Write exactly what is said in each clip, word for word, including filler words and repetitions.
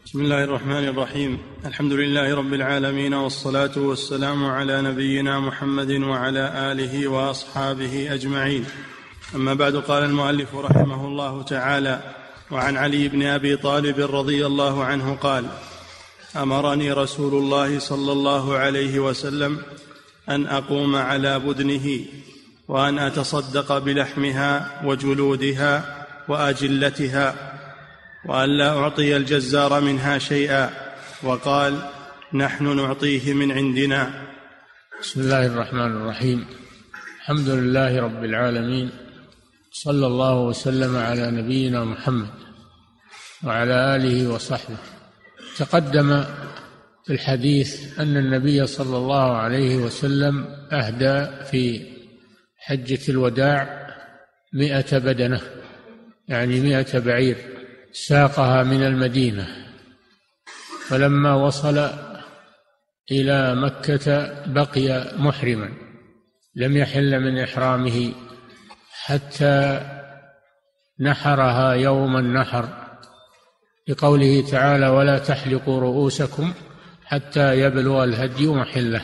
بسم الله الرحمن الرحيم. الحمد لله رب العالمين، والصلاة والسلام على نبينا محمد وعلى آله وأصحابه أجمعين. أما بعد، قال المؤلف رحمه الله تعالى: وعن علي بن أبي طالب رضي الله عنه قال: أمرني رسول الله صلى الله عليه وسلم أن أقوم على بدنه وأن أتصدق بلحمها وجلودها وأجلتها، وأن لا أعطي الجزار منها شيئا، وقال: نحن نعطيه من عندنا. بسم الله الرحمن الرحيم. الحمد لله رب العالمين، صلى الله وسلم على نبينا محمد وعلى آله وصحبه. تقدم في الحديث أن النبي صلى الله عليه وسلم أهدى في حجة الوداع مئة بدنة، يعني مئة بعير، ساقها من المدينة. فلما وصل إلى مكة بقي محرما، لم يحل من إحرامه حتى نحرها يوم النحر، لقوله تعالى: ولا تحلقوا رؤوسكم حتى يبلغ الهدي محله.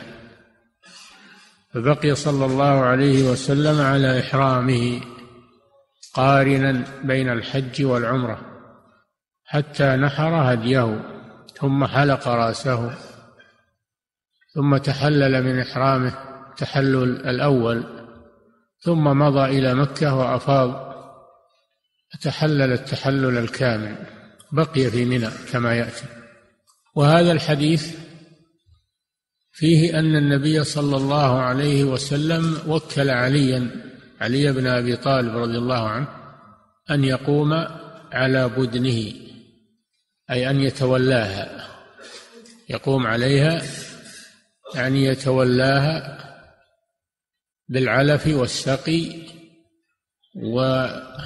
فبقي صلى الله عليه وسلم على إحرامه قارنا بين الحج والعمرة حتى نحر هديه، ثم حلق رأسه، ثم تحلل من إحرامه التحلل الأول، ثم مضى إلى مكة وأفاض، تحلل التحلل الكامل، بقي في منى كما يأتي. وهذا الحديث فيه أن النبي صلى الله عليه وسلم وكل عليا علي بن أبي طالب رضي الله عنه أن يقوم على بدنه، أي أن يتولاها، يقوم عليها يعني يتولاها بالعلف والسقي، وأن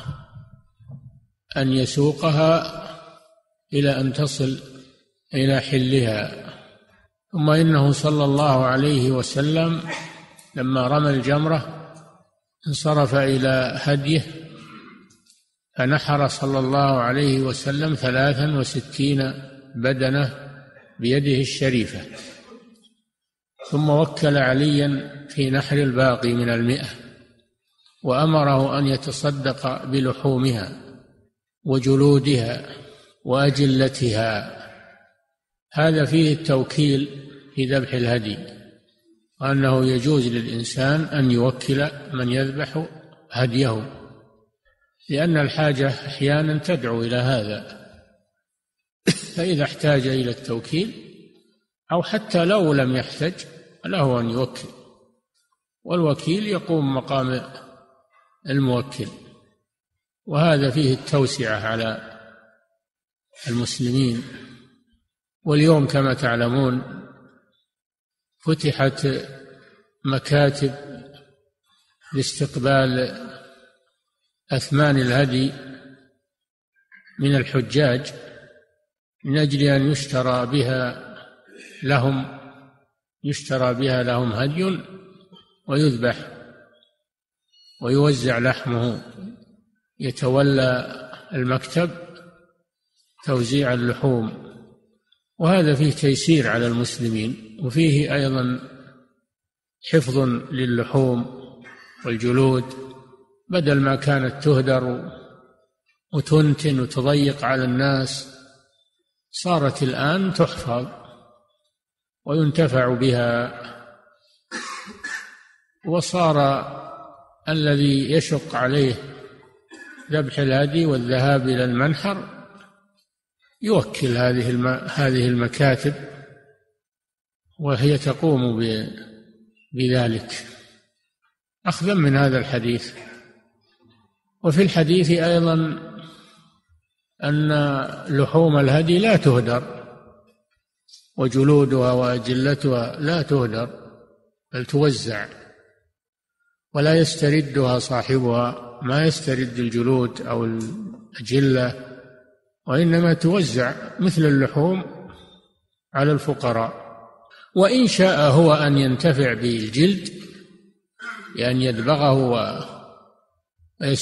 يسوقها إلى أن تصل إلى حلها. ثم إنه صلى الله عليه وسلم لما رمى الجمرة انصرف إلى هديه، فنحر صلى الله عليه وسلم ثلاثا وستين بدنة بيده الشريفة، ثم وكل عليا في نحر الباقي من المئة، وأمره أن يتصدق بلحومها وجلودها وأجلتها. هذا فيه التوكيل في ذبح الهدي، وأنه يجوز للإنسان أن يوكل من يذبح هديه، لأن الحاجة أحيانا تدعو إلى هذا، فإذا احتاج إلى التوكيل أو حتى لو لم يحتج له أن يوكل، والوكيل يقوم مقام الموكل. وهذا فيه التوسعة على المسلمين. واليوم كما تعلمون فتحت مكاتب لاستقبال أثمان الهدي من الحجاج، من أجل أن يشترى بها لهم يشترى بها لهم هدي ويذبح ويوزع لحمه. يتولى المكتب توزيع اللحوم، وهذا فيه تيسير على المسلمين، وفيه أيضا حفظ للحوم والجلود، بدل ما كانت تهدر وتنتن وتضيق على الناس، صارت الآن تحفظ وينتفع بها. وصار الذي يشق عليه ذبح الهدي والذهاب إلى المنحر يوكل هذه هذه المكاتب، وهي تقوم بذلك أخذا من هذا الحديث. وفي الحديث أيضا أن لحوم الهدي لا تهدر، وجلودها وأجلتها لا تهدر، بل توزع، ولا يستردها صاحبها، ما يسترد الجلود أو الأجلة، وإنما توزع مثل اللحوم على الفقراء. وإن شاء هو أن ينتفع بالجلد، بأن يدبغه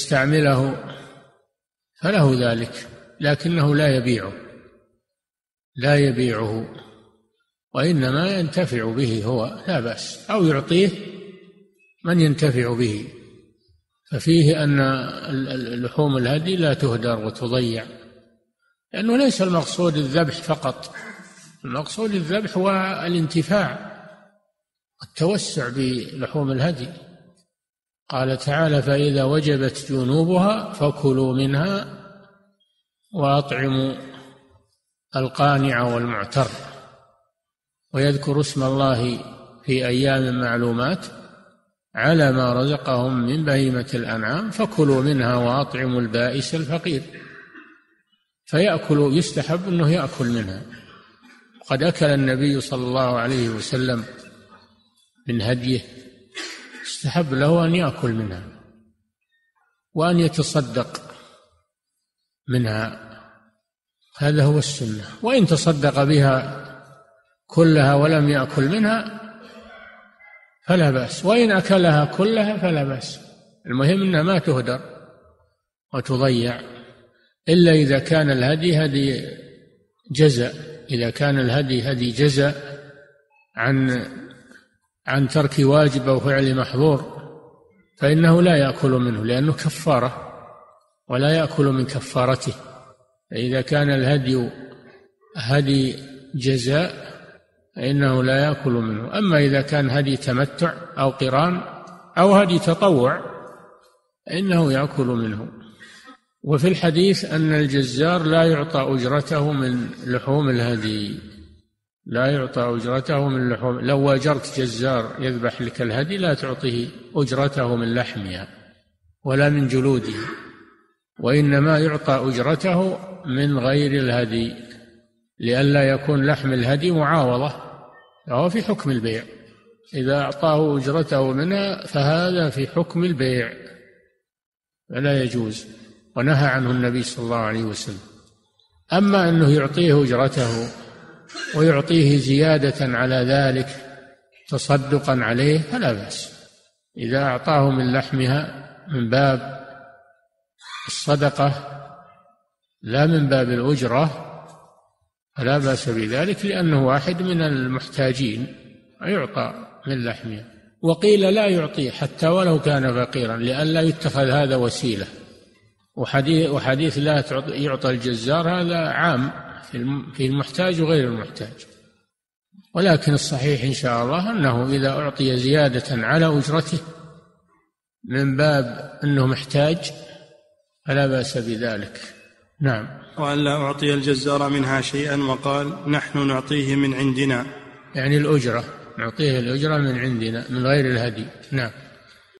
ويستعمله فله ذلك، لكنه لا يبيعه، لا يبيعه، وإنما ينتفع به هو، لا بأس، أو يعطيه من ينتفع به. ففيه أن لحوم الهدي لا تهدر وتضيع، لأنه ليس المقصود الذبح فقط، المقصود الذبح هو الانتفاع والتوسع بلحوم الهدي. قال تعالى: فإذا وجبت جنوبها فكلوا منها وأطعموا القانع والمعتر، ويذكر اسم الله في أيام معلومات على ما رزقهم من بهيمة الأنعام، فكلوا منها وأطعموا البائس الفقير. فيأكل، يستحب أنه يأكل منها. قد أكل النبي صلى الله عليه وسلم من هديه، استحب له أن يأكل منها وأن يتصدق منها، هذا هو السنة. وإن تصدق بها كلها ولم يأكل منها فلا بأس، وإن أكلها كلها فلا بأس، المهم أنها ما تهدر وتضيع، إلا إذا كان الهدي هدي جزاء. إذا كان الهدي هدي جزاء عن عن ترك واجب أو فعل محظور فإنه لا يأكل منه، لأنه كفارة ولا يأكل من كفارته. فإذا كان الهدي هدي جزاء فإنه لا يأكل منه. أما إذا كان هدي تمتع أو قران أو هدي تطوع فإنه يأكل منه. وفي الحديث أن الجزار لا يعطى أجرته من لحوم الهدي، لا يعطى أجرته من لحوم. لو واجرت جزار يذبح لك الهدي لا تعطيه أجرته من لحمها ولا من جلوده، وإنما يعطى أجرته من غير الهدي، لئلا يكون لحم الهدي معاوضة، فهو في حكم البيع. إذا أعطاه أجرته منها فهذا في حكم البيع فلا يجوز، ونهى عنه النبي صلى الله عليه وسلم. أما أنه يعطيه أجرته ويعطيه زيادة على ذلك تصدقا عليه فلا بأس. إذا أعطاه من لحمها من باب الصدقة لا من باب الأجرة فلا بأس بذلك، لأنه واحد من المحتاجين ويعطى من لحمها. وقيل لا يعطيه حتى ولو كان فقيرا، لئلا يتخذ هذا وسيلة. وحديث, وحديث لا يعطى الجزار هذا عام في المحتاج وغير المحتاج. ولكن الصحيح إن شاء الله أنه إذا أعطي زيادة على أجرته من باب أنه محتاج فلا بأس بذلك. نعم. وأن لا أعطي الجزار منها شيئا، وقال: نحن نعطيه من عندنا، يعني الأجرة، نعطيه الأجرة من عندنا من غير الهدي. نعم.